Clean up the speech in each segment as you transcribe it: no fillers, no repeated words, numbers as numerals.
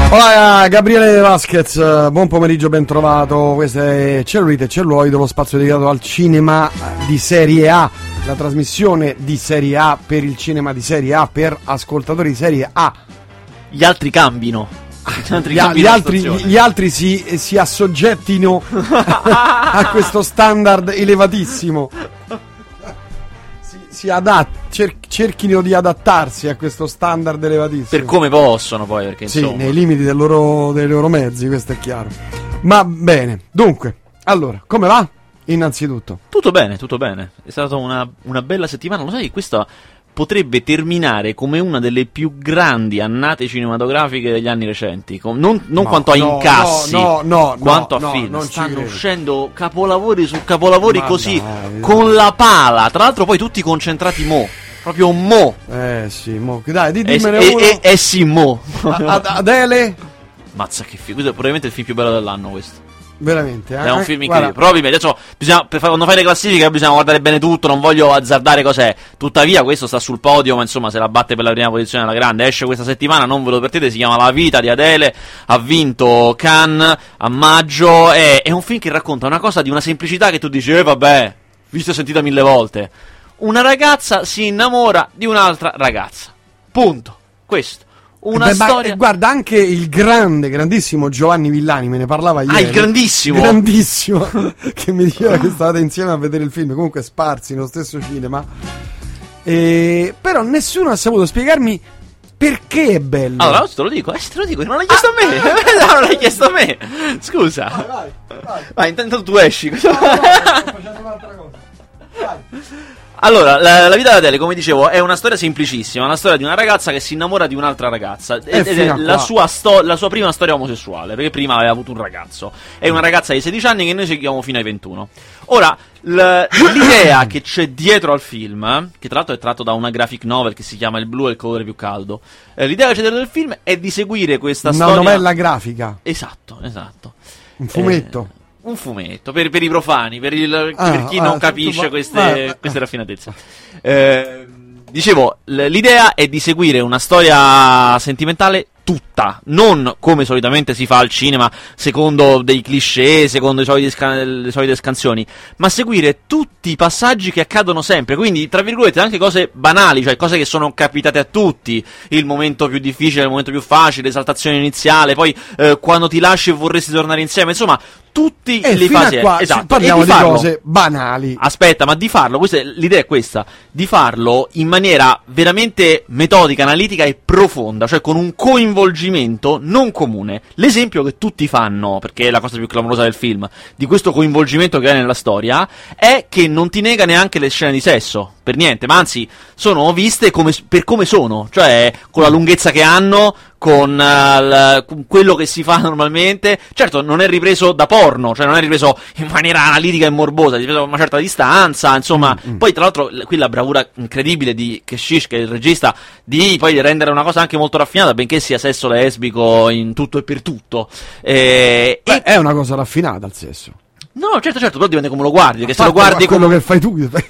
Hola Gabriele Vasquez, buon pomeriggio, ben trovato. Questo è Cellulite e Celluloide, lo spazio dedicato al cinema di serie A, la trasmissione di serie A per il cinema di serie A, per ascoltatori di serie A. Gli altri cambino. Gli altri si assoggettino a questo standard elevatissimo. Cerchino di adattarsi a questo standard elevatissimo. Per come possono poi, perché sì, insomma, nei limiti dei loro mezzi, questo è chiaro. Ma bene, dunque, allora, come va? Innanzitutto tutto bene. È stata una bella settimana. Lo sai che questa potrebbe terminare come una delle più grandi annate cinematografiche degli anni recenti. Non quanto a incassi, quanto a film. Stanno uscendo capolavori su capolavori, così, con la pala. Tra l'altro poi tutti concentrati proprio mo. Sì, mo. Dai, dimmene uno. Sì, mo. Adele. Mazza che figo. Questo è probabilmente il film più bello dell'anno, questo. Veramente, è un film incredibile. Probabilmente adesso quando fai le classifiche bisogna guardare bene tutto, non voglio azzardare cos'è. Tuttavia questo sta sul podio, ma insomma se la batte per la prima posizione alla grande. Esce questa settimana, non ve lo perdete, si chiama La vita di Adele, ha vinto Cannes a maggio. È un film che racconta una cosa di una semplicità che tu dici vabbè, visto e sentita 1000 volte. Una ragazza si innamora di un'altra ragazza, punto. Questo. Una storia. Guarda, anche il grandissimo Giovanni Villani me ne parlava ieri. Il grandissimo che mi diceva che stavate insieme a vedere il film, comunque sparsi nello stesso cinema. Però nessuno ha saputo spiegarmi perché è bello. Allora, te lo dico, non l'hai chiesto a me. Non l'hai chiesto a me. Scusa. Vai, intanto tu esci. Sto facendo un'altra cosa. Vai. Allora, la vita di Adele, come dicevo, è una storia semplicissima, una storia di una ragazza che si innamora di un'altra ragazza ed è la sua prima storia omosessuale, perché prima aveva avuto un ragazzo. È una ragazza di 16 anni che noi seguiamo fino ai 21. Ora, l'idea che c'è dietro al film, che tra l'altro è tratto da una graphic novel che si chiama Il blu è il colore più caldo, l'idea che c'è dietro del film è di seguire questa storia. Una novella grafica. Esatto. Un fumetto. Un fumetto per i profani, per chi non capisce queste raffinatezze. Dicevo, l'idea è di seguire una storia sentimentale tutta, non come solitamente si fa al cinema, secondo dei cliché, secondo le solite scansioni, ma seguire tutti i passaggi che accadono sempre, quindi tra virgolette anche cose banali, cioè cose che sono capitate a tutti, il momento più difficile, il momento più facile, l'esaltazione iniziale, poi quando ti lasci e vorresti tornare insieme, insomma tutti le fasi. Esatto. Parliamo di cose banali. Aspetta, ma di farlo, l'idea è questa, di farlo in maniera veramente metodica, analitica e profonda, cioè con un coinvolgimento non comune. L'esempio che tutti fanno, perché è la cosa più clamorosa del film, di questo coinvolgimento che è nella storia, è che non ti nega neanche le scene di sesso, per niente, ma anzi sono viste per come sono, cioè con la lunghezza che hanno, con quello che si fa normalmente. Certo, non è ripreso da porno, cioè non è ripreso in maniera analitica e morbosa, è ripreso a una certa distanza, insomma. Poi tra l'altro qui la bravura incredibile di Keshish, che è il regista, di poi rendere una cosa anche molto raffinata, benché sia sesso lesbico in tutto e per tutto. È una cosa raffinata il sesso. No, certo, però dipende come lo guardi, perché se lo guardi quello che fai tu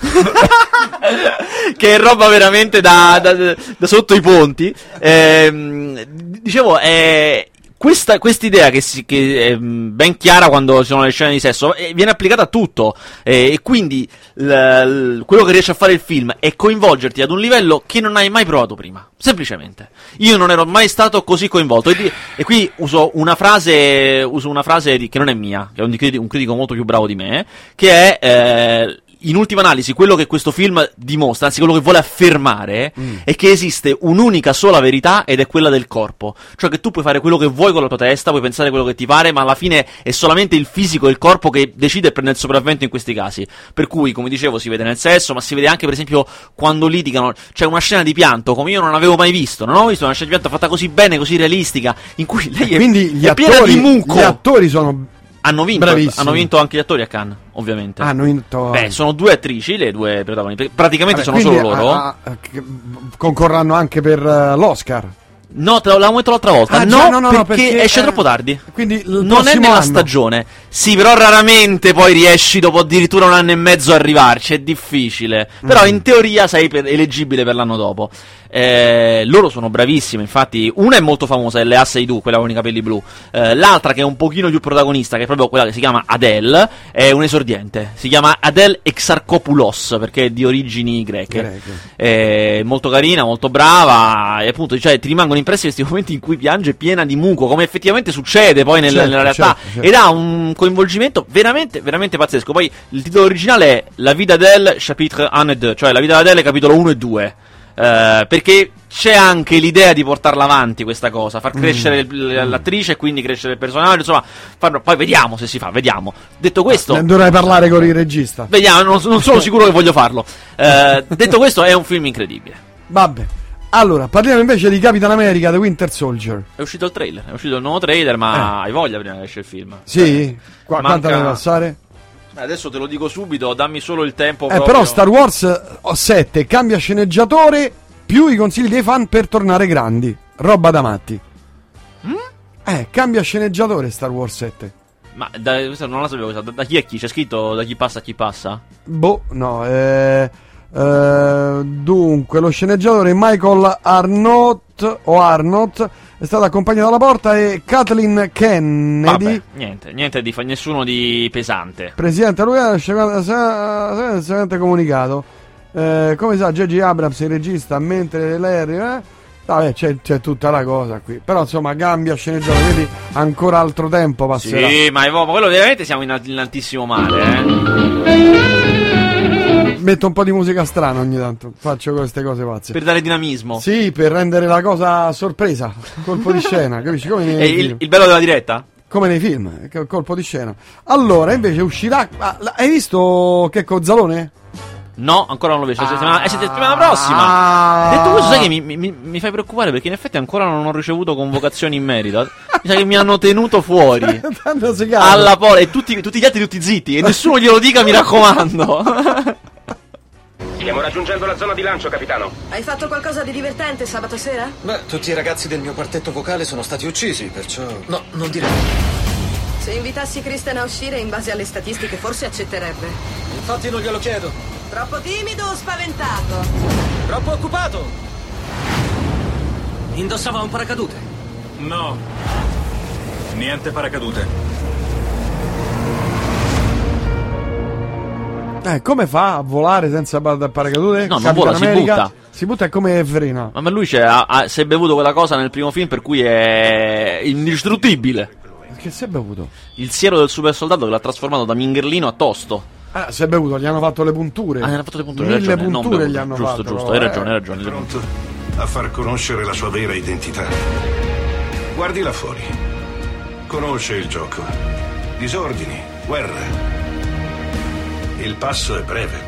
che è roba veramente da sotto i ponti. Dicevo, questa idea che è ben chiara quando ci sono le scene di sesso viene applicata a tutto, e quindi quello che riesce a fare il film è coinvolgerti ad un livello che non hai mai provato prima, semplicemente. Io non ero mai stato così coinvolto, e qui uso una frase che non è mia, che è un critico molto più bravo di me, che è in ultima analisi quello che questo film dimostra, anzi quello che vuole affermare, è che esiste un'unica sola verità, ed è quella del corpo. Cioè che tu puoi fare quello che vuoi con la tua testa, puoi pensare quello che ti pare, ma alla fine è solamente il fisico e il corpo che decide e prende il sopravvento in questi casi. Per cui, come dicevo, si vede nel sesso, ma si vede anche per esempio quando litigano. C'è una scena di pianto come io non avevo mai visto, non ho visto una scena di pianto fatta così bene, così realistica, in cui lei è piena di muco. Gli attori sono hanno vinto anche gli attori a Cannes, ovviamente. Hanno vinto. Beh, sono due attrici, le due protagoniste. Praticamente sono solo loro. Concorranno anche per l'Oscar. No, te l'avevamo detto l'altra volta. No, perché esce troppo tardi. Quindi non è nella stagione. Sì, però raramente poi riesci dopo addirittura un anno e mezzo a arrivarci. È difficile. Però in teoria sei eleggibile per l'anno dopo. Loro sono bravissime, infatti una è molto famosa, è Lea Seydoux, quella con i capelli blu. L'altra, che è un pochino più protagonista, che è proprio quella che si chiama Adele, è un esordiente, si chiama Adele Exarchopoulos perché è di origini greche. È molto carina, molto brava, e appunto, cioè, ti rimangono impressi questi momenti in cui piange piena di muco, come effettivamente succede poi nella realtà, ed ha un coinvolgimento veramente veramente pazzesco. Poi il titolo originale è La Vida d'Adèle chapitre 1 et 2, cioè La Vita d'Adèle capitolo 1 e 2. Perché c'è anche l'idea di portarla avanti questa cosa, far crescere l'attrice e quindi crescere il personaggio, insomma, poi vediamo se si fa, vediamo. Detto questo, dovrei parlare con il regista. Vediamo, non sono sicuro che voglio farlo. Detto questo, è un film incredibile. Vabbè. Allora, parliamo invece di Capitan America The Winter Soldier. È uscito il trailer, è uscito il nuovo trailer, ma hai voglia prima che esce il film? Sì? Quanto deve passare? Adesso te lo dico subito, dammi solo il tempo proprio. Però Star Wars 7 cambia sceneggiatore, più i consigli dei fan per tornare grandi. Roba da matti. Cambia sceneggiatore Star Wars 7. Ma questo non la sapevo, da chi è chi? C'è scritto da chi passa a chi passa? Boh, no, dunque, lo sceneggiatore Michael Arnott è stato accompagnato alla porta e Kathleen Kennedy. Vabbè, niente di nessuno di pesante. Presidente Lugano, seguente comunicato. Come sa J.J. Abrams, il regista, mentre lei vabbè, c'è tutta la cosa qui. Però insomma cambia sceneggiatore, quindi ancora altro tempo passerà. Sì, ma quello veramente siamo in altissimo mare, Metto un po' di musica strana ogni tanto, faccio queste cose pazze. Per dare dinamismo. Sì, per rendere la cosa sorpresa, colpo di scena, capisci? Come nei film. Il bello della diretta? Come nei film, colpo di scena. Allora, invece uscirà... hai visto Checco Zalone? No, ancora non l'ho visto, è settimana prossima. Detto questo, sai che mi fai preoccupare, perché in effetti ancora non ho ricevuto convocazioni in merito. Mi sa che mi hanno tenuto fuori alla porta, e tutti gli altri tutti zitti, e nessuno glielo dica, mi raccomando. Stiamo raggiungendo la zona di lancio, capitano. Hai fatto qualcosa di divertente sabato sera? Beh, tutti i ragazzi del mio quartetto vocale sono stati uccisi, perciò... No, non direi. Se invitassi Kristen a uscire, in base alle statistiche, forse accetterebbe. Infatti non glielo chiedo. Troppo timido o spaventato? Troppo occupato. Indossava un paracadute? No. Niente paracadute. Come fa a volare senza paracadute? No, non vola, si butta. Si butta, come frena. Ma lui si è bevuto quella cosa nel primo film, per cui è indistruttibile. Che si è bevuto? Il siero del super soldato che l'ha trasformato da mingherlino a tosto. Si è bevuto, gli hanno fatto le punture. Gli hanno fatto le punture. 1000 punture gli hanno fatto. Giusto, hai ragione. Pronto a far conoscere la sua vera identità. Guardi là fuori. Conosce il gioco. Disordini, guerra. Il passo è breve.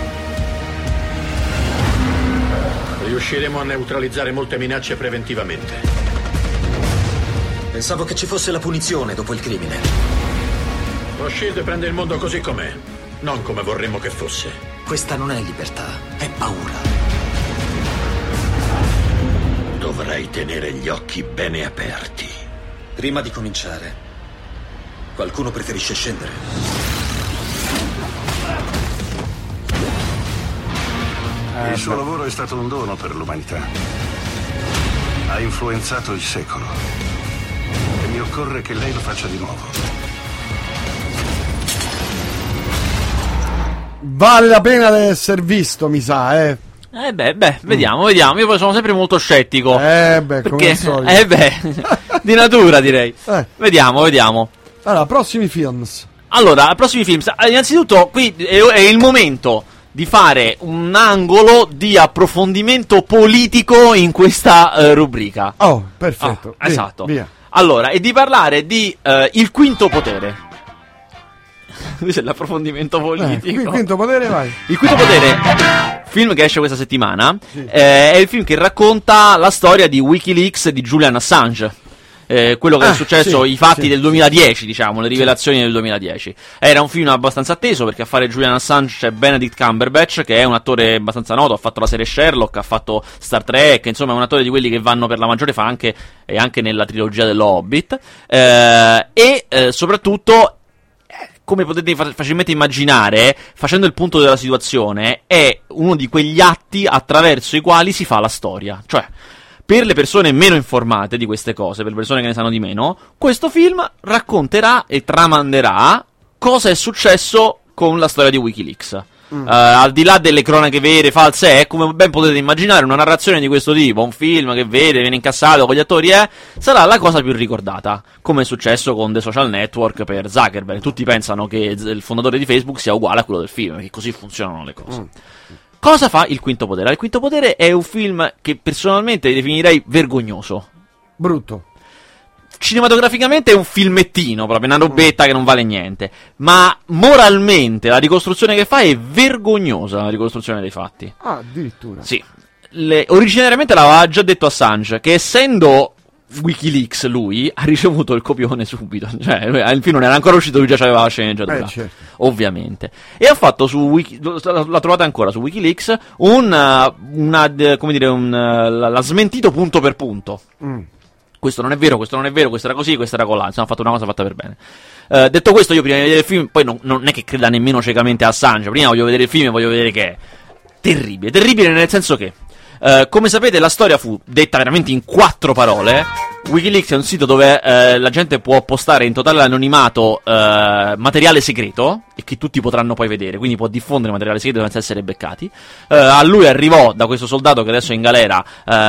Riusciremo a neutralizzare molte minacce preventivamente. Pensavo che ci fosse la punizione dopo il crimine. Lo Shield prende il mondo così com'è, non come vorremmo che fosse. Questa non è libertà, è paura. Dovrei tenere gli occhi bene aperti. Prima di cominciare, qualcuno preferisce scendere? Il suo lavoro è stato un dono per l'umanità. Ha influenzato il secolo. E mi occorre che lei lo faccia di nuovo. Vale la pena di essere visto, mi sa, vediamo. Io poi sono sempre molto scettico. Come al solito. Di natura, direi. Vediamo. Allora, prossimi films. Innanzitutto, qui è il momento di fare un angolo di approfondimento politico in questa rubrica. Oh, perfetto. Via, esatto. Via. Allora, e di parlare di Il Quinto Potere. Questo è l'approfondimento politico. Il Quinto Potere, vai. Il Quinto Potere, film che esce questa settimana, è il film che racconta la storia di WikiLeaks e di Julian Assange. Quello che è successo, i fatti del 2010, diciamo, le rivelazioni del 2010. Era un film abbastanza atteso, perché a fare Julian Assange c'è Benedict Cumberbatch, che è un attore abbastanza noto, ha fatto la serie Sherlock, ha fatto Star Trek, insomma è un attore di quelli che vanno per la maggiore, fa anche nella trilogia dello Hobbit, e soprattutto come potete facilmente immaginare, facendo il punto della situazione, è uno di quegli atti attraverso i quali si fa la storia. Cioè, per le persone meno informate di queste cose, per le persone che ne sanno di meno, questo film racconterà e tramanderà cosa è successo con la storia di WikiLeaks. Al di là delle cronache vere, false, come ben potete immaginare, una narrazione di questo tipo, un film che viene incassato con gli attori, sarà la cosa più ricordata, come è successo con The Social Network per Zuckerberg. Tutti pensano che il fondatore di Facebook sia uguale a quello del film, perché così funzionano le cose. Cosa fa Il Quinto Potere? Il Quinto Potere è un film che personalmente definirei vergognoso. Brutto. Cinematograficamente è un filmettino, proprio una robetta che non vale niente. Ma moralmente la ricostruzione che fa è vergognosa, la ricostruzione dei fatti. Ah, addirittura. Sì. Originariamente l'aveva già detto Assange, che essendo WikiLeaks lui ha ricevuto il copione subito. Cioè, il film non era ancora uscito, lui già aveva la sceneggiatura. Certo. Ovviamente. E ha fatto l'ha trovata ancora su WikiLeaks l'ha smentito punto per punto. Questo non è vero, questo era così, questo era colà. Insomma, ha fatto una cosa fatta per bene. Detto questo, io prima di vedere il film, poi non è che creda nemmeno ciecamente a Assange. Prima voglio vedere il film e voglio vedere che è terribile. Terribile nel senso che, come sapete, la storia fu detta veramente in 4 parole. WikiLeaks è un sito dove la gente può postare in totale anonimato materiale segreto e che tutti potranno poi vedere, quindi può diffondere materiale segreto senza essere beccati. A lui arrivò da questo soldato che adesso è in galera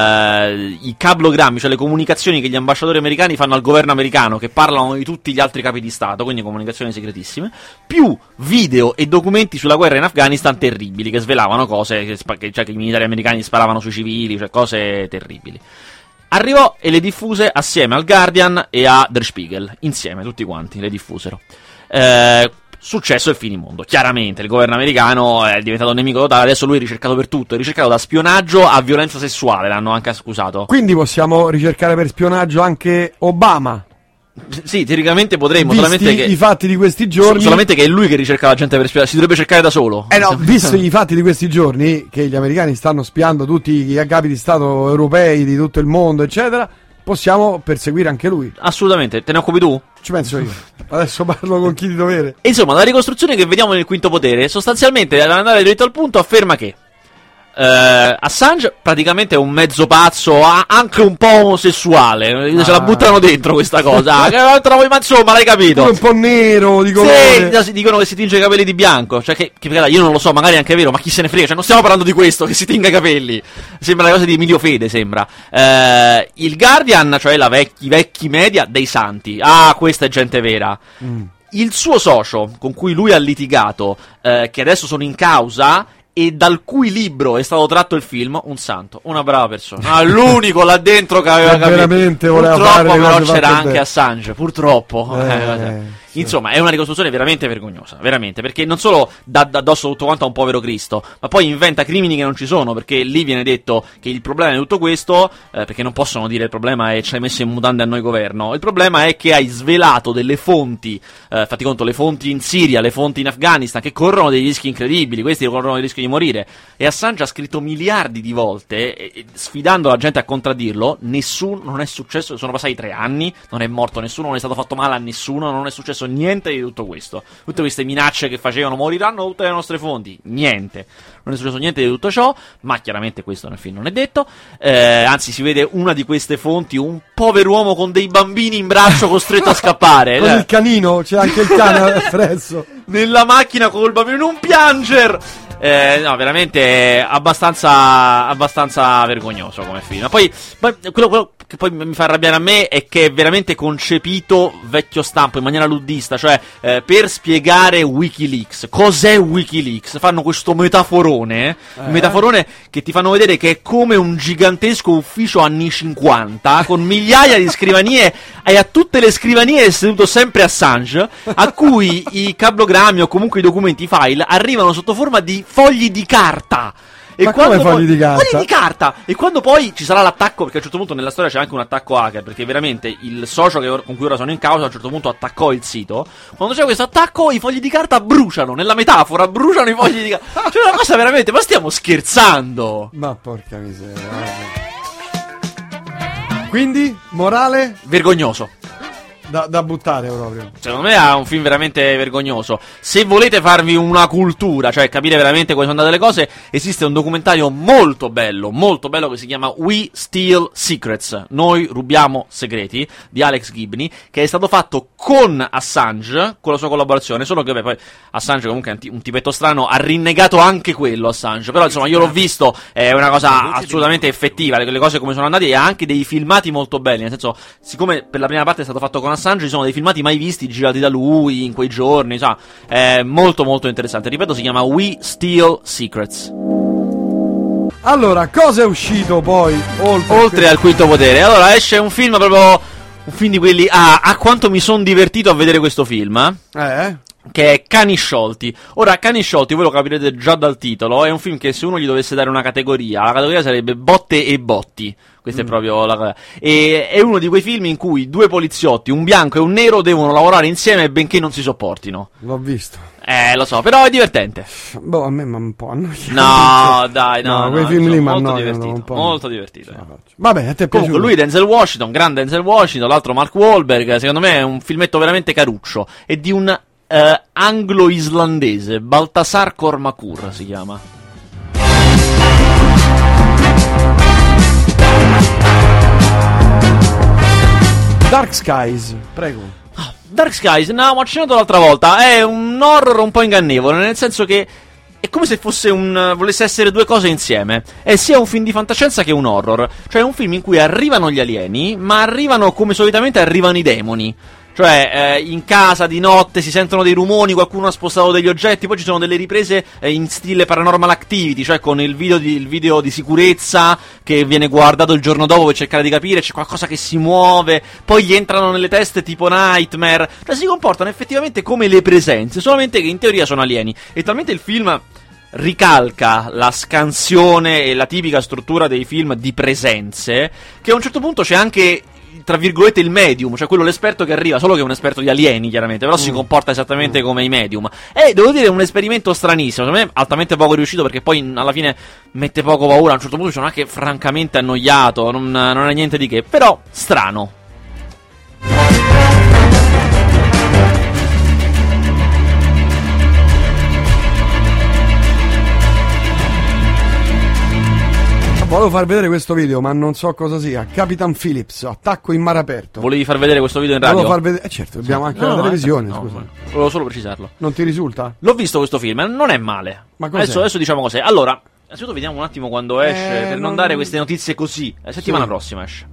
i cablogrammi, cioè le comunicazioni che gli ambasciatori americani fanno al governo americano, che parlano di tutti gli altri capi di stato, quindi comunicazioni segretissime, più video e documenti sulla guerra in Afghanistan terribili, che svelavano cose, cioè che i militari americani sparavano sui civili, cioè cose terribili. Arrivò e le diffuse assieme al Guardian e a Der Spiegel, insieme, tutti quanti, le diffusero. Successo il finimondo. Chiaramente il governo americano è diventato un nemico totale, adesso lui è ricercato per tutto, è ricercato da spionaggio a violenza sessuale, l'hanno anche accusato. Quindi possiamo ricercare per spionaggio anche Obama? Sì, teoricamente potremmo, visti solamente che i fatti di questi giorni, solamente che è lui che ricerca la gente per spiare, si dovrebbe cercare da solo. No, visto i fatti di questi giorni, che gli americani stanno spiando tutti i capi di stato europei di tutto il mondo, eccetera, possiamo perseguire anche lui. Assolutamente, te ne occupi tu? Ci penso io. Adesso parlo con chi di dovere. E insomma, la ricostruzione che vediamo nel Quinto Potere, sostanzialmente, ad andare dritto al punto, afferma che Assange praticamente è un mezzo pazzo, anche un po' omosessuale, ce la buttano dentro questa cosa, ma insomma l'hai capito, un po' nero di colore. Sì, dicono che si tinge i capelli di bianco, cioè che io non lo so, magari è anche vero, ma chi se ne frega, cioè non stiamo parlando di questo, che si tinga i capelli, sembra la cosa di Emilio Fede, sembra. Il Guardian, cioè i vecchi media dei santi, questa è gente vera. Il suo socio con cui lui ha litigato, che adesso sono in causa e dal cui libro è stato tratto il film, un santo, una brava persona, l'unico là dentro che aveva capito. Veramente voleva fare purtroppo le però cose c'era fatte anche bene. Assange, purtroppo. Sì. Insomma, è una ricostruzione veramente vergognosa, veramente, perché non solo dà addosso tutto quanto a un povero Cristo, ma poi inventa crimini che non ci sono, perché lì viene detto che il problema di tutto questo, perché non possono dire il problema è ci hai messo in mutande a noi governo, il problema è che hai svelato delle fonti, fatti conto, le fonti in Siria, le fonti in Afghanistan, che corrono dei rischi incredibili, questi corrono il rischio di morire, e Assange ha scritto miliardi di volte, sfidando la gente a contraddirlo, non è successo, sono passati 3 anni, non è morto nessuno, non è stato fatto male a nessuno, non è successo niente di tutto questo. Tutte queste minacce che facevano moriranno tutte le nostre fonti, niente, non è successo niente di tutto ciò, ma chiaramente questo nel film non è detto, anzi si vede una di queste fonti, un povero uomo con dei bambini in braccio costretto a scappare con il canino, c'è anche il cane appresso nella macchina col bambino, non pianger. No, veramente abbastanza vergognoso come film. Poi quello che poi mi fa arrabbiare a me è che è veramente concepito vecchio stampo in maniera luddista, cioè per spiegare WikiLeaks, cos'è WikiLeaks, fanno questo metaforone che ti fanno vedere che è come un gigantesco ufficio anni 50 con migliaia di scrivanie, e a tutte le scrivanie è seduto sempre Assange, a cui i cablogrammi o comunque i documenti, i file arrivano sotto forma di fogli di carta. E ma come fogli di carta? Fogli di carta! E quando poi ci sarà l'attacco, perché a un certo punto nella storia c'è anche un attacco hacker, perché veramente il socio con cui ora sono in causa a un certo punto attaccò il sito. Quando c'è questo attacco i fogli di carta bruciano, nella metafora bruciano i fogli di carta. Cioè una cosa veramente, ma stiamo scherzando! Ma porca miseria. Quindi, morale? Vergognoso. Da buttare proprio. Secondo me è un film veramente vergognoso. Se volete farvi una cultura, cioè capire veramente come sono andate le cose, esiste un documentario molto bello che si chiama We Steal Secrets, noi rubiamo segreti, di Alex Gibney, che è stato fatto con Assange, con la sua collaborazione, solo che poi Assange comunque è un tipetto strano, ha rinnegato anche quello Assange, però insomma io l'ho visto, è una cosa assolutamente effettiva, le cose come sono andate, e ha anche dei filmati molto belli, nel senso, siccome per la prima parte è stato fatto con Assange, ci sono dei filmati mai visti, girati da lui in quei giorni, sa, è molto molto interessante. Ripeto, si chiama We Steal Secrets. Allora, cosa è uscito poi oltre al Quinto Potere? Allora esce un film proprio, un film di quelli, a quanto mi sono divertito a vedere questo film, che è Cani Sciolti. Ora, Cani Sciolti, voi lo capirete già dal titolo, è un film che se uno gli dovesse dare una categoria, la categoria sarebbe botte e botti. Questa è proprio la... E è uno di quei film in cui due poliziotti, un bianco e un nero, devono lavorare insieme benché non si sopportino. L'ho visto. Lo so, però è divertente. Boh, a me mi ha un po' annoiato. No, dai, no, quei film lì mi molto annoiano divertito, un po'. molto divertito. Vabbè, a te è Comunque piaciuto? lui è Denzel Washington, grande Denzel Washington, l'altro Mark Wahlberg, secondo me è un filmetto veramente caruccio, è di un anglo-islandese, Baltasar Kormákur si chiama. Dark Skies, prego. Dark Skies, ne avevamo accennato l'altra volta, è un horror un po' ingannevole, nel senso che è come se fosse volesse essere due cose insieme. È sia un film di fantascienza che un horror, cioè un film in cui arrivano gli alieni, ma arrivano come solitamente arrivano i demoni. Cioè, in casa di notte si sentono dei rumori, qualcuno ha spostato degli oggetti, poi ci sono delle riprese in stile Paranormal Activity, cioè con il video di sicurezza che viene guardato il giorno dopo per cercare di capire, c'è qualcosa che si muove, poi gli entrano nelle teste tipo Nightmare, cioè si comportano effettivamente come le presenze, solamente che in teoria sono alieni. E talmente il film ricalca la scansione e la tipica struttura dei film di presenze, che a un certo punto c'è anche, tra virgolette, il medium, cioè quello l'esperto che arriva, solo che è un esperto di alieni chiaramente, però si comporta esattamente come i medium. E devo dire, è un esperimento stranissimo, secondo me altamente poco riuscito, perché poi alla fine mette poco paura, a un certo punto sono anche francamente annoiato, non è niente di che, però strano. Volevo far vedere questo video, ma non so cosa sia. Capitan Phillips, attacco in mare aperto. Volevi far vedere questo video in radio? Volevo far vedere. Certo, dobbiamo anche la televisione. Scusa. Volevo solo precisarlo. Non ti risulta? L'ho visto questo film, non è male. Ma cos'è? Adesso diciamo cos'è. Allora, innanzitutto vediamo un attimo quando esce, per non dare queste notizie così. La settimana prossima esce.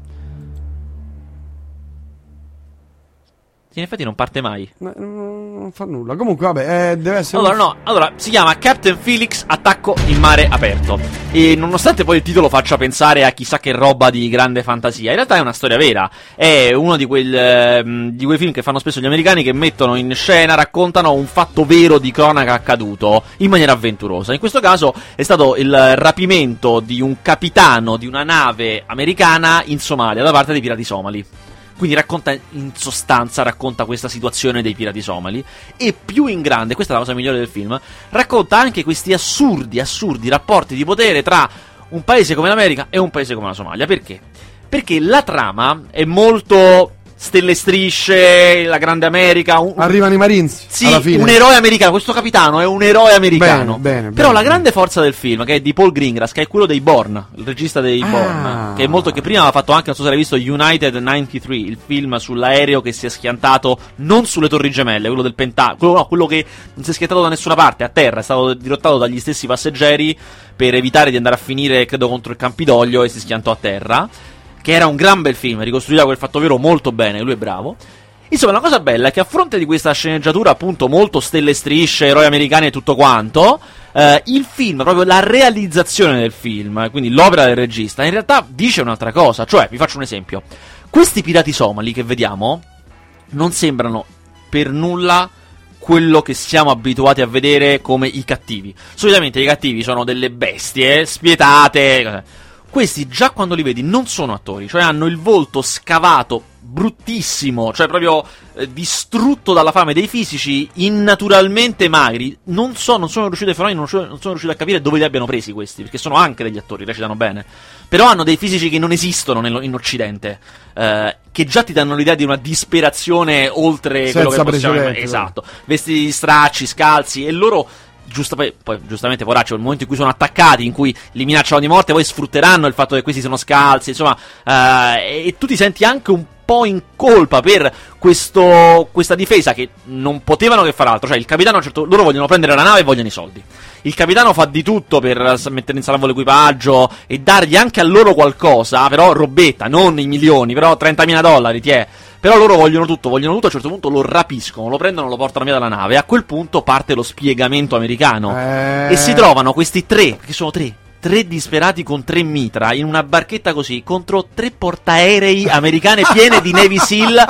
In effetti non parte mai. Non fa nulla. Comunque, vabbè, deve essere. Allora, si chiama Captain Felix, attacco in mare aperto. E nonostante poi il titolo faccia pensare a chissà che roba di grande fantasia, in realtà è una storia vera. È uno di quei film che fanno spesso gli americani, che mettono in scena, raccontano un fatto vero di cronaca accaduto in maniera avventurosa. In questo caso è stato il rapimento di un capitano di una nave americana in Somalia da parte dei pirati somali. Quindi racconta questa situazione dei pirati somali, e più in grande, questa è la cosa migliore del film, racconta anche questi assurdi rapporti di potere tra un paese come l'America e un paese come la Somalia. Perché? Perché la trama è molto stelle e strisce, la grande America. Arrivano i Marines. Sì, alla fine. Un eroe americano. Questo capitano è un eroe americano. Bene, però la grande forza del film, che è di Paul Greengrass, che è quello dei Bourne, il regista dei Bourne, che prima aveva fatto anche, non so se l'hai visto, United 93, il film sull'aereo che si è schiantato non sulle Torri Gemelle, quello del Pentagono, quello che non si è schiantato da nessuna parte, a terra, è stato dirottato dagli stessi passeggeri per evitare di andare a finire, credo, contro il Campidoglio, e si schiantò a terra. Che era un gran bel film, ricostruiva quel fatto vero molto bene, lui è bravo. Insomma, la cosa bella è che a fronte di questa sceneggiatura appunto molto stelle e strisce, eroi americani e tutto quanto, il film, proprio la realizzazione del film, quindi l'opera del regista, in realtà dice un'altra cosa. Cioè, vi faccio un esempio: questi pirati somali che vediamo non sembrano per nulla quello che siamo abituati a vedere come i cattivi. Solitamente i cattivi sono delle bestie spietate. Questi, già quando li vedi, non sono attori, cioè hanno il volto scavato bruttissimo, cioè proprio distrutto dalla fame, dei fisici innaturalmente magri. Non sono riuscito non sono riuscito a capire dove li abbiano presi questi, perché sono anche degli attori, recitano bene, però hanno dei fisici che non esistono in Occidente, che già ti danno l'idea di una disperazione oltre senza quello che possiamo precedenti, esatto, vestiti di stracci, scalzi, e loro poi giustamente poraccio, nel momento in cui sono attaccati, in cui li minacciano di morte, poi sfrutteranno il fatto che questi sono scalzi, insomma, e tu ti senti anche un po' in colpa per questa difesa, che non potevano che far altro. Cioè il capitano, loro vogliono prendere la nave e vogliono i soldi. Il capitano fa di tutto per mettere in salvo l'equipaggio e dargli anche a loro qualcosa, però robetta, non i milioni, però $30.000 ti è. Però loro vogliono tutto, a un certo punto lo rapiscono, lo prendono, lo portano via dalla nave, e a quel punto parte lo spiegamento americano. E si trovano questi tre disperati con 3 mitra in una barchetta così contro 3 portaerei americane piene di Navy SEAL.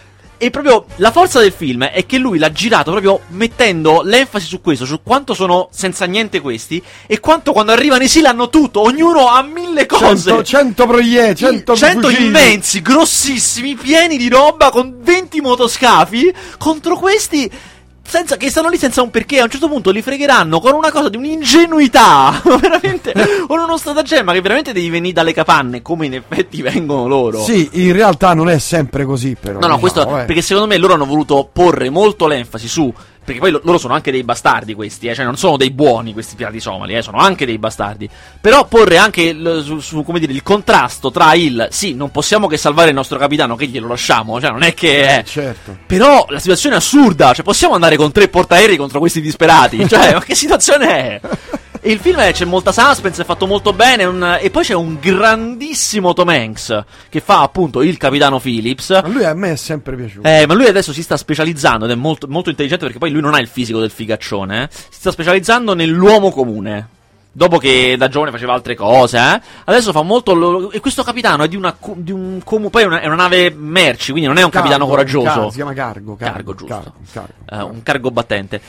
E proprio la forza del film è che lui l'ha girato proprio mettendo l'enfasi su questo, su quanto sono senza niente questi, e quanto quando arrivano i SEAL hanno tutto, ognuno ha 1000 cose. 100 proiettili, 100 immensi, grossissimi, pieni di roba, con 20 motoscafi, contro questi che stanno lì senza un perché. A un certo punto li fregheranno con una cosa di un'ingenuità, veramente, con uno stratagemma che veramente devi venire dalle capanne, come in effetti vengono loro. Sì, in realtà non è sempre così, però. No, questo perché secondo me loro hanno voluto porre molto l'enfasi su, perché poi loro sono anche dei bastardi questi, cioè non sono dei buoni questi pirati somali, sono anche dei bastardi. Però porre anche su come dire, il contrasto tra sì, non possiamo che salvare il nostro capitano, che glielo lasciamo, cioè non è che certo. Però la situazione è assurda, cioè possiamo andare con 3 portaerei contro questi disperati, cioè ma che situazione è? E il film c'è molta suspense, è fatto molto bene, e poi c'è un grandissimo Tom Hanks che fa appunto il capitano Phillips. Ma lui a me è sempre piaciuto. Ma lui adesso si sta specializzando, ed è molto, molto intelligente, perché poi lui non ha il fisico del figaccione, si sta specializzando nell'uomo comune. Dopo che da giovane faceva altre cose, adesso fa molto. E questo capitano è di un poi è una nave merci, quindi non è un capitano coraggioso. Si chiama cargo, giusto. Cargo. Un cargo battente.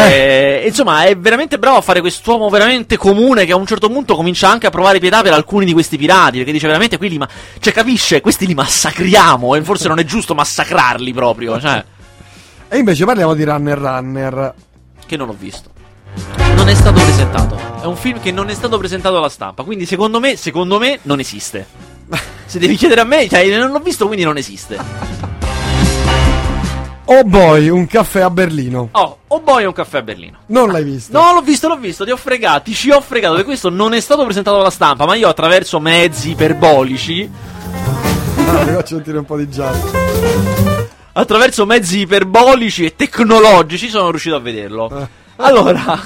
Insomma, è veramente bravo a fare quest'uomo veramente comune, che a un certo punto comincia anche a provare pietà per alcuni di questi pirati, perché dice veramente cioè capisce, questi li massacriamo, e forse non è giusto massacrarli proprio, cioè. E invece parliamo di Runner, che non ho visto. Non è stato presentato. È un film che non è stato presentato alla stampa, quindi secondo me non esiste. Se devi chiedere a me, cioè, non l'ho visto, quindi non esiste. Oh boy, un caffè a Berlino. Oh boy, un caffè a Berlino. Non l'hai visto? No, l'ho visto, ci ho fregato, perché questo non è stato presentato alla stampa, ma io attraverso mezzi iperbolici vi faccio sentire un po' di giallo. Attraverso mezzi iperbolici e tecnologici sono riuscito a vederlo. Allora,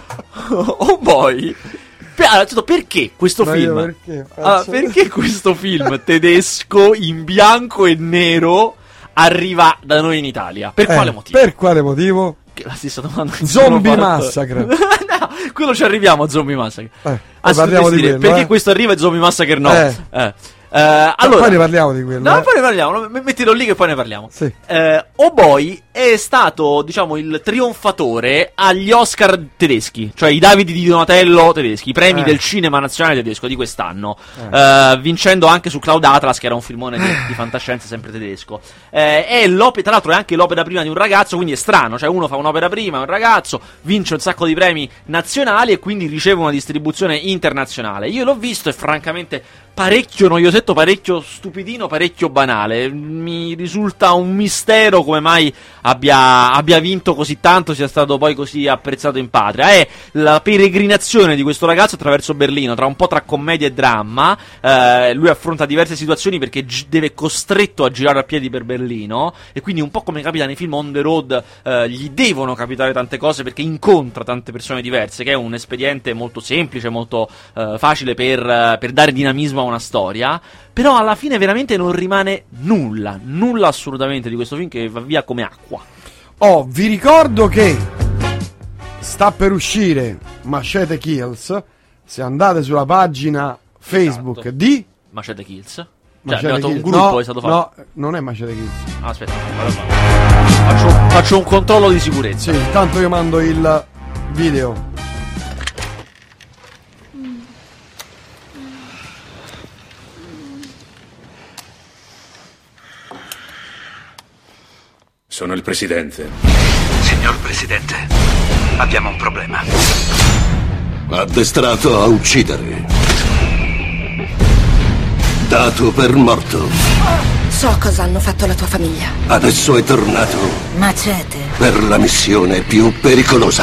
oh boy, perché questo film? Perché questo film tedesco in bianco e nero arriva da noi in Italia? Per quale motivo? Per quale motivo? Che la stessa domanda. Zombie Massacre. No, quello ci arriviamo a Zombie Massacre. Parliamo di quello, perché questo arriva e Zombie Massacre no? Allora, poi ne parliamo di quello. No, poi ne parliamo. Mettilo lì che poi ne parliamo. Sì. Oh boy è stato, diciamo, il trionfatore agli Oscar tedeschi, cioè i Davidi di Donatello tedeschi, i premi del cinema nazionale tedesco di quest'anno, vincendo anche su Cloud Atlas, che era un filmone di fantascienza sempre tedesco. Tra l'altro è anche l'opera prima di un ragazzo, quindi è strano, cioè uno fa un'opera prima, un ragazzo vince un sacco di premi nazionali e quindi riceve una distribuzione internazionale. Io l'ho visto e francamente parecchio noiosetto, parecchio stupidino, parecchio banale. Mi risulta un mistero come mai abbia vinto così tanto, sia stato poi così apprezzato in patria. È la peregrinazione di questo ragazzo attraverso Berlino, un po' tra commedia e dramma. Lui affronta diverse situazioni perché deve costretto a girare a piedi per Berlino, e quindi un po' come capita nei film on the road, gli devono capitare tante cose perché incontra tante persone diverse, che è un espediente molto semplice, molto facile per dare dinamismo a una storia. Però alla fine veramente non rimane nulla assolutamente di questo film, che va via come acqua. Vi ricordo che sta per uscire Machete Kills. Se andate sulla pagina Facebook di Machete Kills, Machete Kills. Un gruppo è stato fatto. No, non è Machete Kills. Aspetta, faccio un controllo di sicurezza. Sì, intanto io mando il video. Sono il presidente. Signor Presidente, abbiamo un problema. Addestrato a uccidere. Dato per morto. So cosa hanno fatto la tua famiglia. Adesso è tornato Machete. per la missione più pericolosa.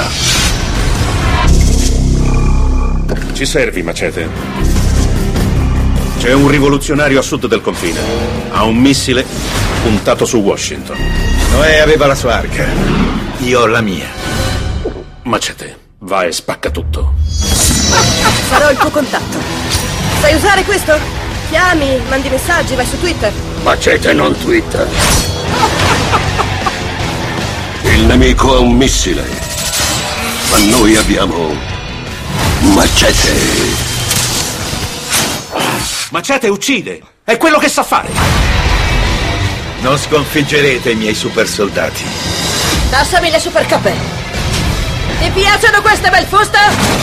Ci servi, Machete? C'è un rivoluzionario a sud del confine. Ha un missile puntato su Washington. Noè aveva la sua arca. Io ho la mia. Machete, va e spacca tutto. Sarò il tuo contatto. Sai usare questo? Chiami, mandi messaggi, vai su Twitter. Machete non twitta. Il nemico ha un missile, ma noi abbiamo Machete. Machete uccide! È quello che sa fare! Non sconfiggerete i miei super soldati. Passami le super cappe. Ti piacciono queste bel fuste?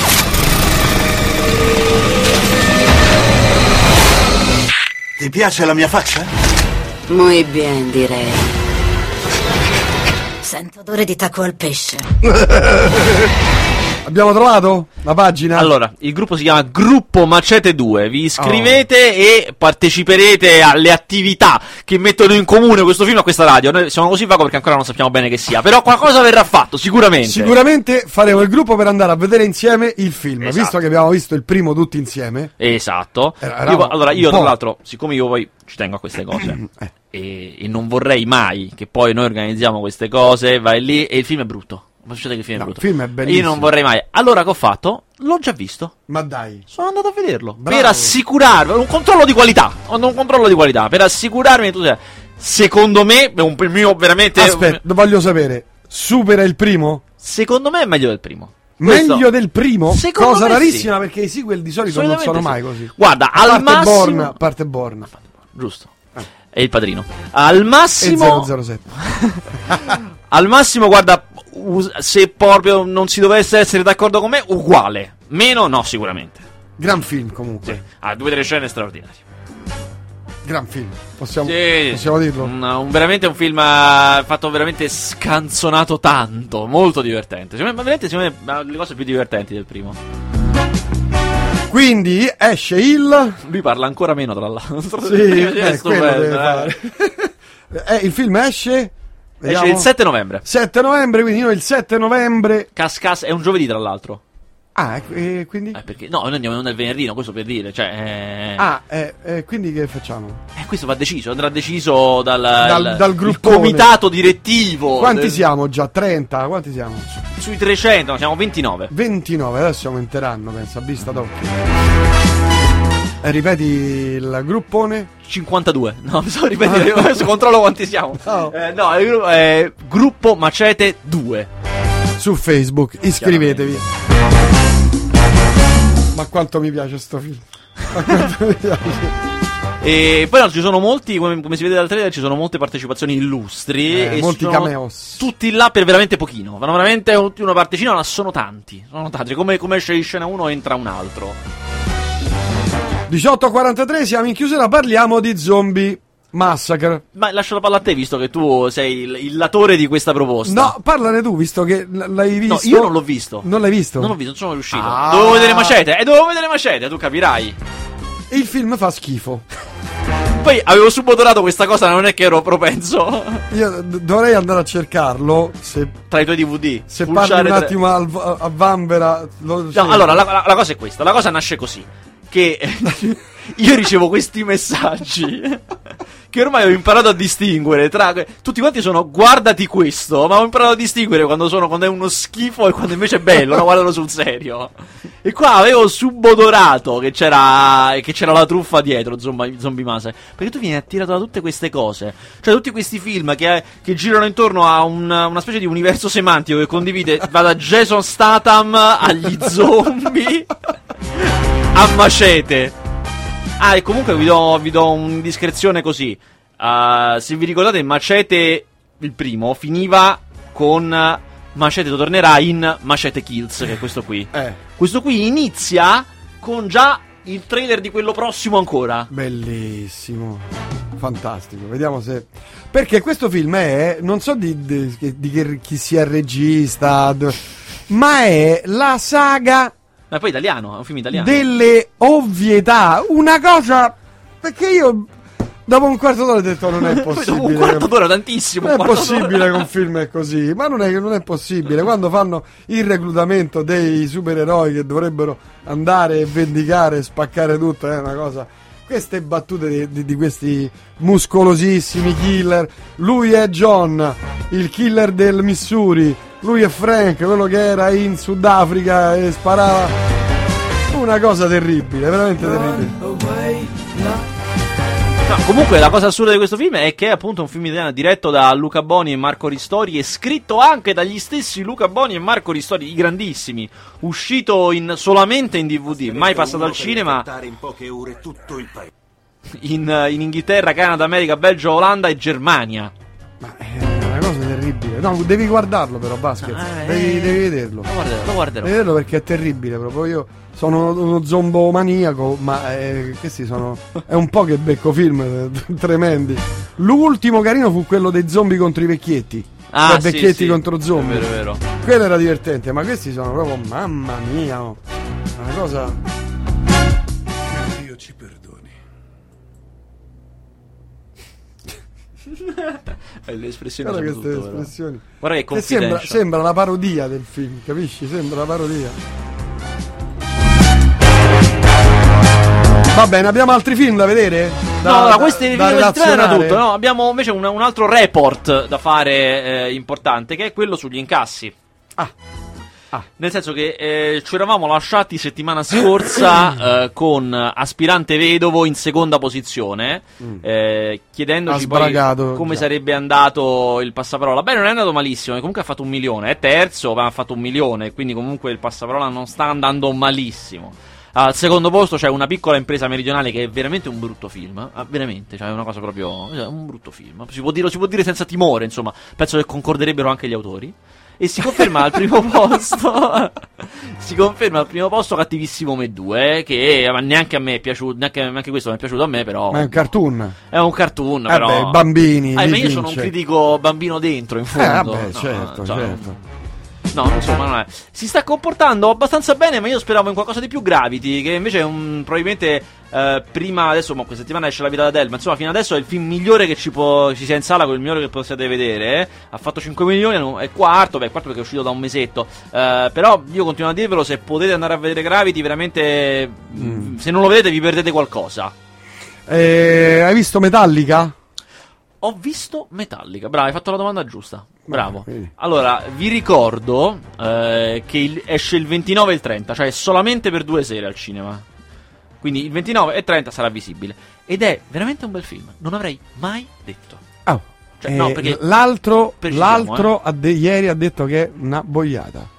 Ti piace la mia faccia? Muy bien, direi. Sento odore di tacco al pesce. Abbiamo trovato la pagina? Allora, il gruppo si chiama Gruppo Machete 2. Vi iscrivete e parteciperete alle attività che mettono in comune questo film a questa radio. Noi siamo così vago perché ancora non sappiamo bene che sia, però qualcosa verrà fatto, sicuramente. Sicuramente faremo il gruppo per andare a vedere insieme il film, Esatto. visto che abbiamo visto il primo tutti insieme. Esatto. Era Io un tra po'. l'altro, siccome io poi ci tengo a queste cose e non vorrei mai che poi noi organizziamo queste cose, vai lì e il film è brutto. Ma succede che il film è No, brutto. il film è bellissimo. Io non vorrei mai. Allora che ho fatto? L'ho già visto. Ma dai. Sono andato a vederlo. Bravo. Per assicurarmi. Un controllo di qualità. Un controllo di qualità. Per assicurarmi che tu sia. Secondo me, è un mio veramente. Aspetta, voglio sapere. Supera il primo? Secondo me è meglio del primo. Questo- Meglio del primo? Secondo Cosa me rarissima perché i sequel di solito non Solitamente sono sì. mai così. Guarda, A al parte massimo. Bourne, a parte Bourne. Giusto. È il padrino. Al E massimo. 007. Al massimo, guarda. Se proprio non si dovesse essere d'accordo con me, uguale. Meno, no, sicuramente. Gran film comunque. Sì. Ha 2 o 3 scene straordinarie. Gran film. Possiamo Sì, dirlo. Veramente un film fatto veramente scanzonato tanto, molto divertente. Secondo me ha le cose più divertenti del primo. Quindi esce il... Lui parla ancora meno, tra l'altro. Sì, È quello stupendo, deve fare. Il film esce... Esce il 7 novembre. 7 novembre, quindi noi il 7 novembre... Cascas è un giovedì, tra l'altro. Ah, e quindi? Perché? No, noi andiamo nel venerdì, no, questo per dire. Cioè, quindi che facciamo? questo va deciso, andrà deciso Dal il gruppone. comitato direttivo. Quanti siamo già? 30? Quanti siamo? Sui 300, no, siamo 29. 29, adesso aumenteranno, penso, a vista d'occhio. Ripeti il gruppone? 52. No, mi so ripetire, adesso controllo quanti siamo. No. No, è gruppo Machete 2. Su Facebook, iscrivetevi. Ma quanto mi piace sto film. Ma quanto mi piace. E poi no, ci sono molti, come si vede dal trailer, ci sono molte partecipazioni illustri. E molti sono cameos. Tutti là per veramente pochino. Fanno veramente una partecina, ma sono tanti. Sono tanti. Come esce in scena uno, entra un altro. 18:43, siamo in chiusura, parliamo di Zombie Massacre. Ma lascio la palla a te, visto che tu sei il latore di questa proposta. No, parlane tu, visto che l'hai visto. No, io non l'ho visto. Non l'hai visto? Non l'ho visto, non sono riuscito. Ah. Dovevo vedere Machete, tu capirai. Il film fa schifo. Poi avevo subodorato questa cosa, non è che ero propenso. Io dovrei andare a cercarlo. Se Tra i tuoi DVD. Se Pulsare parli un tra- attimo a Vanvera. No, allora, la cosa è questa. La cosa nasce così. Che io ricevo questi messaggi che ormai ho imparato a distinguere tra... Tutti quanti sono guardati questo, ma ho imparato a distinguere quando è uno schifo e quando invece è bello, no? Guardalo sul serio. E qua avevo subodorato che c'era la truffa dietro Zombie Massacre, perché tu vieni attirato da tutte queste cose, cioè tutti questi film che girano intorno a una specie di universo semantico che condivide, va da Jason Statham agli zombie a Machete. E comunque vi do un'indiscrezione così. Se vi ricordate, Machete, il primo, finiva con Machete tornerà in Machete Kills, che è questo qui. Questo qui inizia con già il trailer di quello prossimo ancora. Bellissimo. Fantastico. Vediamo se... Perché questo film è, non so di chi sia il regista, ma è la saga... Ma poi italiano, è un film italiano. Delle ovvietà, una cosa... Perché io... Dopo un quarto d'ora ho detto non è possibile. Dopo un quarto d'ora tantissimo. Non è possibile che un film è così. Ma non è possibile. Quando fanno il reclutamento dei supereroi che dovrebbero andare e vendicare e spaccare tutto, è una cosa. Queste battute di questi muscolosissimi killer. Lui è John, il killer del Missouri. Lui è Frank, quello che era in Sudafrica e sparava. Una cosa terribile, veramente terribile. No, comunque la cosa assurda di questo film è che è appunto un film italiano diretto da Luca Boni e Marco Ristori e scritto anche dagli stessi Luca Boni e Marco Ristori, i grandissimi, uscito solamente in DVD, mai passato al cinema, in Inghilterra, Canada, America, Belgio, Olanda e Germania. Ma è una cosa terribile. No, devi guardarlo però, Basket. Devi vederlo. Lo guarderò. Devi vederlo perché è terribile proprio. Io sono uno zombomaniaco, ma questi sono... È un po' che becco film tremendi. L'ultimo carino fu quello dei zombie contro i vecchietti. Cioè vecchietti contro zombie. È vero. Quello era divertente, ma questi sono proprio... Mamma mia. Una cosa... Dio ci perdoni. Le espressioni Guarda sono queste tutto, espressioni. Guarda che confidential. Sembra la parodia del film, capisci? Sembra la parodia. Va bene, abbiamo altri film da vedere? Questi film era tutto. No, abbiamo invece un altro report da fare importante, che è quello sugli incassi. Nel senso che ci eravamo lasciati settimana scorsa con Aspirante Vedovo in seconda posizione, chiedendoci poi come sarebbe andato il passaparola. Beh, non è andato malissimo, comunque ha fatto 1 milione, è terzo, ma ha fatto 1 milione, quindi comunque il passaparola non sta andando malissimo. Al secondo posto c'è Una piccola impresa meridionale, che è veramente un brutto film, veramente, cioè è una cosa proprio, un brutto film, si può dire senza timore, insomma, penso che concorderebbero anche gli autori. E si conferma al primo posto Cattivissimo Me 2, che neanche a me è piaciuto, neanche questo mi è piaciuto a me, però. Ma è un cartoon. È un cartoon, però. Beh, bambini. Ma io sono un critico bambino dentro, in fondo. Certo. No, insomma, non è. Si sta comportando abbastanza bene, ma io speravo in qualcosa di più Gravity, che invece è probabilmente prima, adesso, questa settimana esce La vita da Delma, insomma, fino adesso è il film migliore che ci sia in sala, il migliore che possiate vedere. Ha fatto 5 milioni, è quarto perché è uscito da un mesetto. Però io continuo a dirvelo, se potete andare a vedere Gravity, veramente, se non lo vedete vi perdete qualcosa. Hai visto Metallica? Ho visto Metallica, bravo, hai fatto la domanda giusta, bravo. Allora, vi ricordo che esce il 29 e il 30, cioè solamente per 2 sere al cinema. Quindi il 29 e il 30 sarà visibile. Ed è veramente un bel film, non avrei mai detto. Cioè, no, perché l'altro ieri ha detto che è una boiata.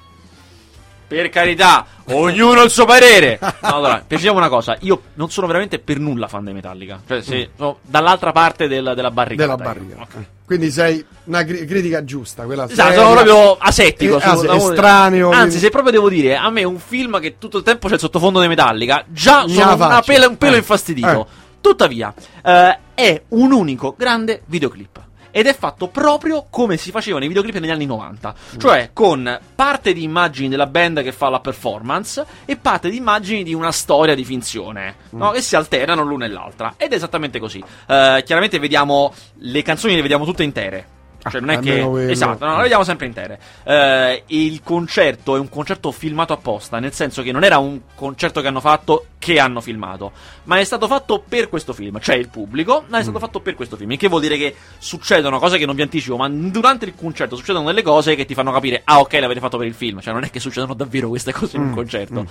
Per carità, ognuno il suo parere. No, allora, diciamo una cosa, io non sono veramente per nulla fan dei Metallica. Cioè, sono dall'altra parte della barricata. Okay. Quindi sei una critica giusta, quella esatto, sono proprio asettico, estraneo. Anzi, se proprio devo dire, a me un film che tutto il tempo c'è il sottofondo dei Metallica, già sono un pelo infastidito. Tuttavia, è un unico grande videoclip. Ed è fatto proprio come si facevano i videoclip negli anni 90, cioè con parte di immagini della band che fa la performance e parte di immagini di una storia di finzione, no? Che si alternano l'una e l'altra. Ed è esattamente così. Chiaramente vediamo le canzoni, le vediamo tutte intere. Cioè non è che esatto, no, le vediamo sempre intere. Il concerto è un concerto filmato apposta, nel senso che non era un concerto che hanno fatto, che hanno filmato, ma è stato fatto per questo film, cioè il pubblico, ma è stato fatto per questo film, il che vuol dire che succedono cose che non vi anticipo, ma durante il concerto succedono delle cose che ti fanno capire, ok, l'avete fatto per il film, cioè non è che succedono davvero queste cose in un concerto.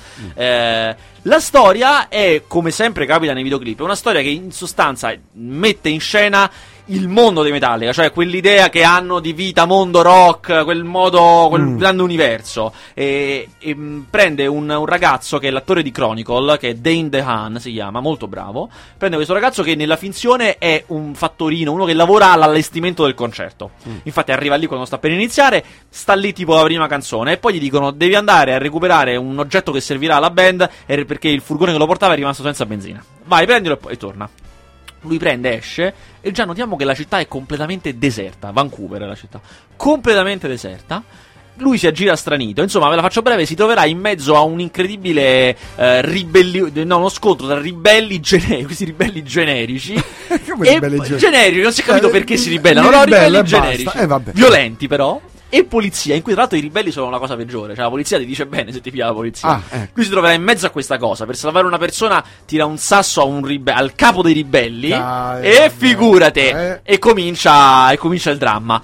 La storia è, come sempre capita nei videoclip, è una storia che in sostanza mette in scena il mondo dei Metallica, cioè quell'idea che hanno di vita, mondo rock, quel grande universo, e prende un ragazzo che è l'attore di Chronicle, che è Dane DeHaan, si chiama, molto bravo. Prende questo ragazzo che nella finzione è un fattorino, uno che lavora all'allestimento del concerto. Infatti arriva lì quando sta per iniziare, sta lì tipo la prima canzone, e poi gli dicono devi andare a recuperare un oggetto che servirà alla band perché il furgone che lo portava è rimasto senza benzina. Vai, prendilo e torna. Lui prende, esce, e già notiamo che la città è completamente deserta. Vancouver è la città. Completamente deserta. Lui si aggira stranito, insomma, ve la faccio breve, si troverà in mezzo a un incredibile uno scontro tra questi ribelli generici. Come ribelli generici? Non si è capito perché si ribellano, ribelli generici, violenti però. E polizia, in cui tra l'altro i ribelli sono la cosa peggiore. Cioè la polizia ti dice bene se ti piglia la polizia. Lui si troverà in mezzo a questa cosa. Per salvare una persona tira un sasso al capo dei ribelli. Figurate. E comincia il dramma.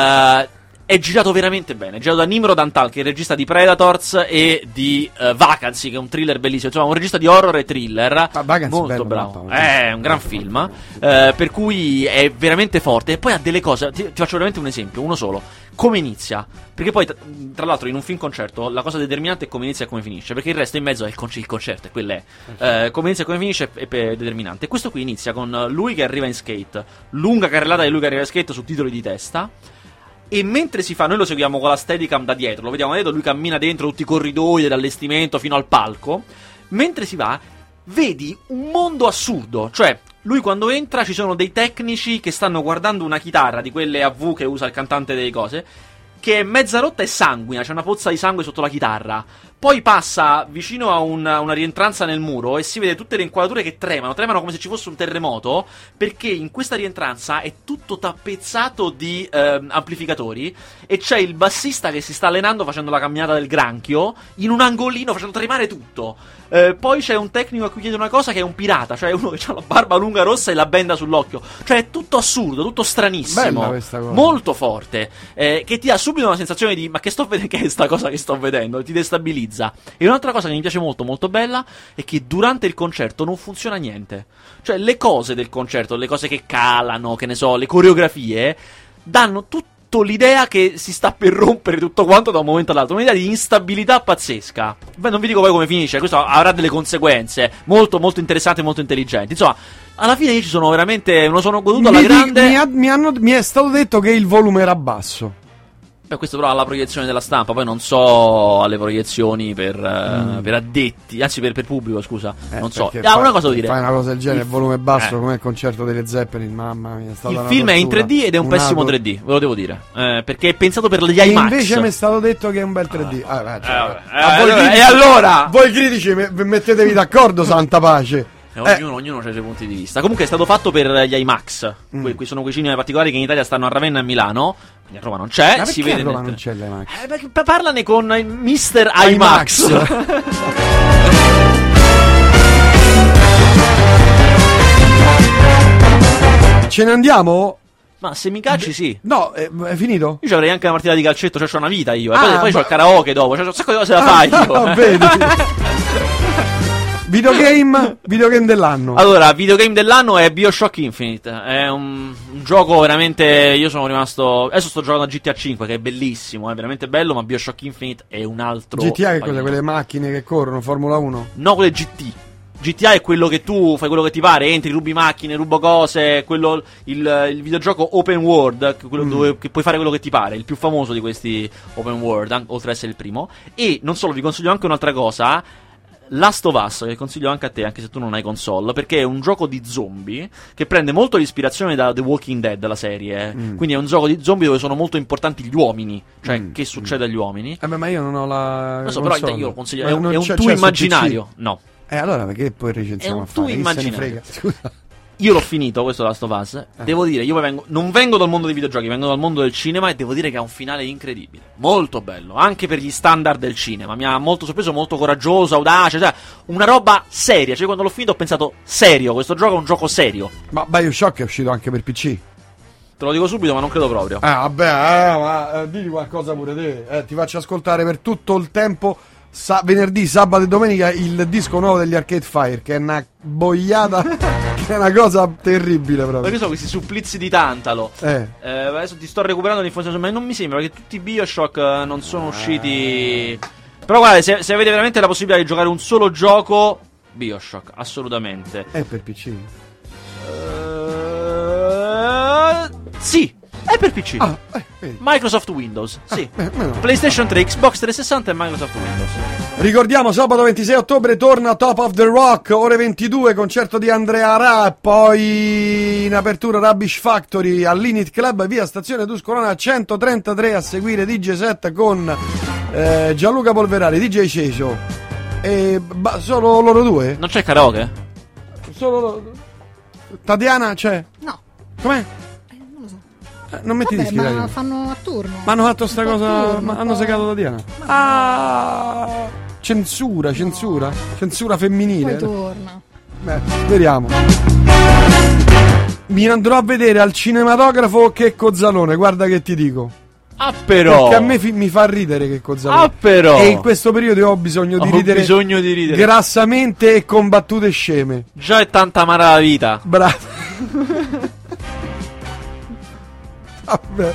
È girato veramente bene. È girato da Nimrod Antal, che è il regista di Predators e di Vacancy, che è un thriller bellissimo. Insomma, un regista di horror e thriller. Molto bravo. È un gran film. Per cui è veramente forte. E poi ha delle cose. Ti faccio veramente un esempio, uno solo. Come inizia? Perché poi, tra l'altro, in un film concerto la cosa determinante è come inizia e come finisce. Perché il resto in mezzo è il concerto, e quello è. Come inizia e come finisce è determinante. E questo qui inizia con lui che arriva in skate. Lunga carrellata di lui che arriva in skate su titoli di testa. E mentre si fa, noi lo seguiamo con la Steadicam da dietro, lo vediamo da dietro, lui cammina dentro tutti i corridoi dell'allestimento fino al palco. Mentre si va, vedi un mondo assurdo. Cioè, lui quando entra ci sono dei tecnici che stanno guardando una chitarra di quelle a V che usa il cantante delle cose, che è mezza rotta e sanguina, c'è una pozza di sangue sotto la chitarra. Poi passa vicino a una rientranza nel muro e si vede tutte le inquadrature che tremano come se ci fosse un terremoto, perché in questa rientranza è tutto tappezzato di amplificatori e c'è il bassista che si sta allenando facendo la camminata del granchio in un angolino facendo tremare tutto. Poi c'è un tecnico a cui chiede una cosa che è un pirata, cioè uno che ha la barba lunga rossa e la benda sull'occhio. Cioè è tutto assurdo, tutto stranissimo. Bella questa cosa. Molto forte, che ti dà subito una sensazione di ma che sto vedendo, che è sta cosa che sto vedendo, ti destabilizza. E un'altra cosa che mi piace molto molto bella è che durante il concerto non funziona niente. Cioè le cose del concerto, le cose che calano, che ne so, le coreografie danno tutto l'idea che si sta per rompere tutto quanto da un momento all'altro, un'idea di instabilità pazzesca. Beh, non vi dico poi come finisce, questo avrà delle conseguenze molto molto interessanti e molto intelligenti. Insomma, alla fine io me lo sono goduto alla grande. Mi è stato detto che il volume era basso. Beh, questo però alla proiezione della stampa, poi non so alle proiezioni per addetti, anzi per pubblico, scusa, non so. Una cosa devo dire. Fai una cosa del genere, il volume basso, come il concerto delle Zeppelin, mamma mia. Il film è in 3D ed è un pessimo 3D, ve lo devo dire, perché è pensato per gli IMAX. Invece mi è stato detto che è un bel 3D. E allora? Voi critici mettetevi d'accordo, santa pace. Ognuno ha i suoi punti di vista. Comunque è stato fatto per gli IMAX. Qui sono quei cinema particolari che in Italia stanno a Ravenna e a Milano. Quindi a Roma non c'è. Ma si vede a Roma non c'è l'IMAX? Perché parlane con il Mr. IMAX. Ce ne andiamo? Ma se mi cacci sì. No, è finito? Io avrei anche una partita di calcetto, cioè c'ho una vita io. Poi c'ho il karaoke dopo, c'ho un sacco di cose da fare io. Vedi. Videogame dell'anno. Allora, videogame dell'anno è BioShock Infinite. È un gioco veramente. Io sono rimasto. Adesso sto giocando a GTA 5, che è bellissimo, è veramente bello. Ma BioShock Infinite è un altro. GTA che cos'è? Quelle macchine che corrono, Formula 1? No, quello è GT. GTA è quello che tu fai quello che ti pare, entri, rubi macchine, rubo cose, il videogioco open world, quello dove che puoi fare quello che ti pare, il più famoso di questi open world, oltre ad essere il primo. E non solo, vi consiglio anche un'altra cosa. Last of Us, che consiglio anche a te, anche se tu non hai console, perché è un gioco di zombie che prende molto l'ispirazione da The Walking Dead, la serie. Quindi è un gioco di zombie dove sono molto importanti gli uomini, cioè che succede agli uomini. Ma io non ho la non so, però io lo consiglio, è un tuo immaginario. No. Allora perché poi recensiamo a fare? È un tuo immaginario. Scusa. Io l'ho finito questo Last of Us. Devo dire, non vengo dal mondo dei videogiochi, vengo dal mondo del cinema e devo dire che ha un finale incredibile. Molto bello, anche per gli standard del cinema. Mi ha molto sorpreso, molto coraggioso, audace, cioè una roba seria. Cioè quando l'ho finito ho pensato, serio, questo gioco è un gioco serio. Ma BioShock è uscito anche per PC? Te lo dico subito, ma non credo proprio. Ma digli qualcosa pure te. Ti faccio ascoltare per tutto il tempo, venerdì, sabato e domenica, il disco nuovo degli Arcade Fire, che è una boiata, che è una cosa terribile proprio. Perché sono questi supplizi di tantalo. Adesso ti sto recuperando l'informazione, ma non mi sembra che tutti i BioShock non sono usciti. Però guarda, se avete veramente la possibilità di giocare un solo gioco, BioShock, assolutamente. È per PC? Sì, è per PC. Microsoft Windows, sì. no. PlayStation 3, Xbox 360 e Microsoft Windows. Ricordiamo, sabato 26 ottobre torna Top of the Rock, ore 22, concerto di Andrea Ra, poi in apertura Rubbish Factory all'Init Club, via Stazione Tuscolana 133, a seguire DJ set con Gianluca Polverari, DJ Cecio. E solo loro due? Non c'è karaoke? Solo Tatiana c'è? No. Com'è? Non lo so. Non metti Vabbè, dischi, ma fanno a turno. ma hanno fatto sta cosa, turno, hanno segato Tatiana. Censura femminile. Poi torna. Beh, speriamo. Mi andrò a vedere al cinematografo Checco Zalone, guarda che ti dico. Ah, però. Perché a me mi fa ridere Checco Zalone. Ah, però. E in questo periodo ho bisogno di ridere. Grassamente e con battute sceme. Già è tanta amara la vita. Bravo. Vabbè.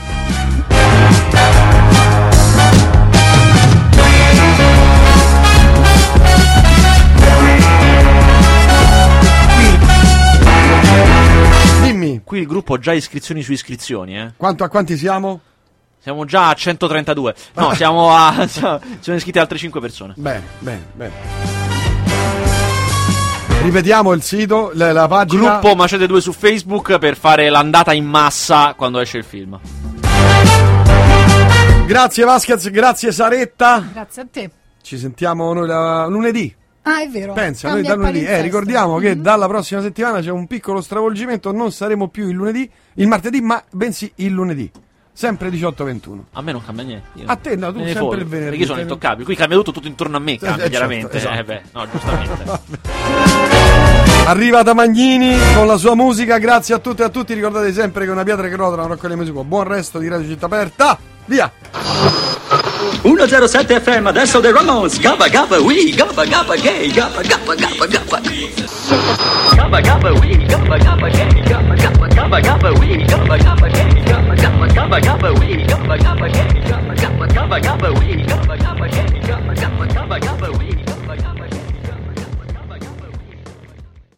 Dimmi. Qui il gruppo ha già iscrizioni su iscrizioni, A quanti siamo? Siamo già a 132. No, sono iscritte altre 5 persone. Bene. Ripetiamo il sito, la pagina. Gruppo Macete 2 su Facebook per fare l'andata in massa quando esce il film. Grazie Vasquez, grazie Saretta. Grazie a te. Ci sentiamo noi lunedì. Ah, è vero. Pensa, noi da lunedì. Ricordiamo che dalla prossima settimana c'è un piccolo stravolgimento. Non saremo più il martedì, ma bensì il lunedì. Sempre 18-21. A me non cambia niente. A te no, tu sempre il venerdì. Perché io sono intoccabile. Qui cambia tutto intorno a me, cambia chiaramente. Certo, esatto. No, giustamente. Arriva Tamagnini con la sua musica. Grazie a tutte e a tutti. Ricordate sempre che una pietra che rotola non raccoglie mai suo. Buon resto di Radio Città Aperta. Via. 107 FM, adesso The Ramones. Gabba gabba wee, gabba gabba gay, gabba gabba gabba gabba. Gabba gabba wee, gabba gabba gay, gabba gabba gabba gabba wee, gabba gabba gay, gabba gabba gabba gabba wee, gabba gabba gay, gabba gabba gabba gabba wee, gabba gabba gay, gabba gabba gabba gabba wee.